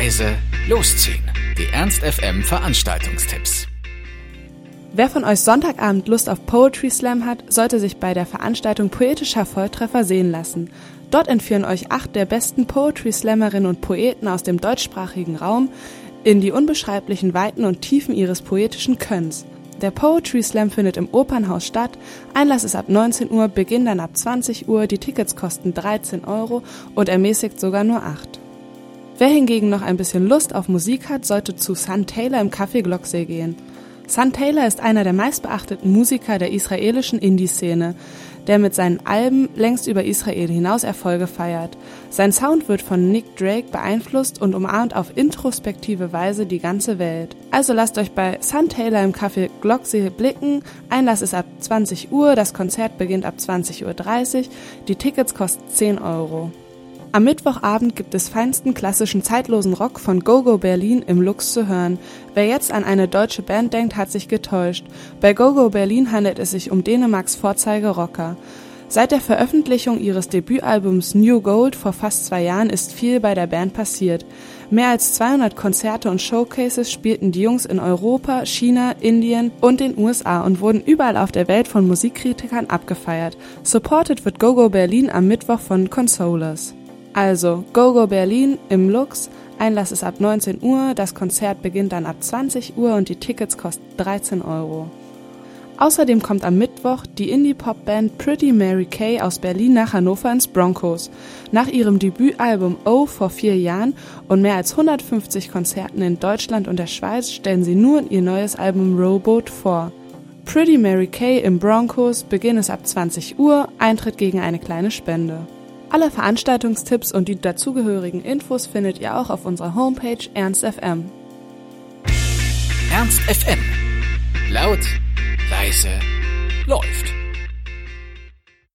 Reise, losziehen. Die Ernst FM Veranstaltungstipps. Wer von euch Sonntagabend Lust auf Poetry Slam hat, sollte sich bei der Veranstaltung Poetischer Volltreffer sehen lassen. Dort entführen euch 8 der besten Poetry Slammerinnen und Poeten aus dem deutschsprachigen Raum in die unbeschreiblichen Weiten und Tiefen ihres poetischen Könnens. Der Poetry Slam findet im Opernhaus statt, Einlass ist ab 19 Uhr, Beginn dann ab 20 Uhr, die Tickets kosten 13 € und ermäßigt sogar nur 8. Wer hingegen noch ein bisschen Lust auf Musik hat, sollte zu Sun Taylor im Café Glocksee gehen. Sun Taylor ist einer der meistbeachteten Musiker der israelischen Indie-Szene, der mit seinen Alben längst über Israel hinaus Erfolge feiert. Sein Sound wird von Nick Drake beeinflusst und umarmt auf introspektive Weise die ganze Welt. Also lasst euch bei Sun Taylor im Café Glocksee blicken. Einlass ist ab 20 Uhr, das Konzert beginnt ab 20:30 Uhr, die Tickets kosten 10 €. Am Mittwochabend gibt es feinsten klassischen zeitlosen Rock von GoGo Berlin im Lux zu hören. Wer jetzt an eine deutsche Band denkt, hat sich getäuscht. Bei GoGo Berlin handelt es sich um Dänemarks Vorzeigerocker. Seit der Veröffentlichung ihres Debütalbums New Gold vor fast 2 Jahren ist viel bei der Band passiert. Mehr als 200 Konzerte und Showcases spielten die Jungs in Europa, China, Indien und den USA und wurden überall auf der Welt von Musikkritikern abgefeiert. Supported wird GoGo Berlin am Mittwoch von Consolers. Also, GoGo Berlin im Lux, Einlass ist ab 19 Uhr, das Konzert beginnt dann ab 20 Uhr und die Tickets kosten 13 €. Außerdem kommt am Mittwoch die Indie-Pop-Band Pretty Mary Kay aus Berlin nach Hannover ins Broncos. Nach ihrem Debütalbum Oh vor 4 Jahren und mehr als 150 Konzerten in Deutschland und der Schweiz stellen sie nun ihr neues Album Rowboat vor. Pretty Mary Kay im Broncos, Beginn ist ab 20 Uhr, Eintritt gegen eine kleine Spende. Alle Veranstaltungstipps und die dazugehörigen Infos findet ihr auch auf unserer Homepage Ernst FM. Ernst FM.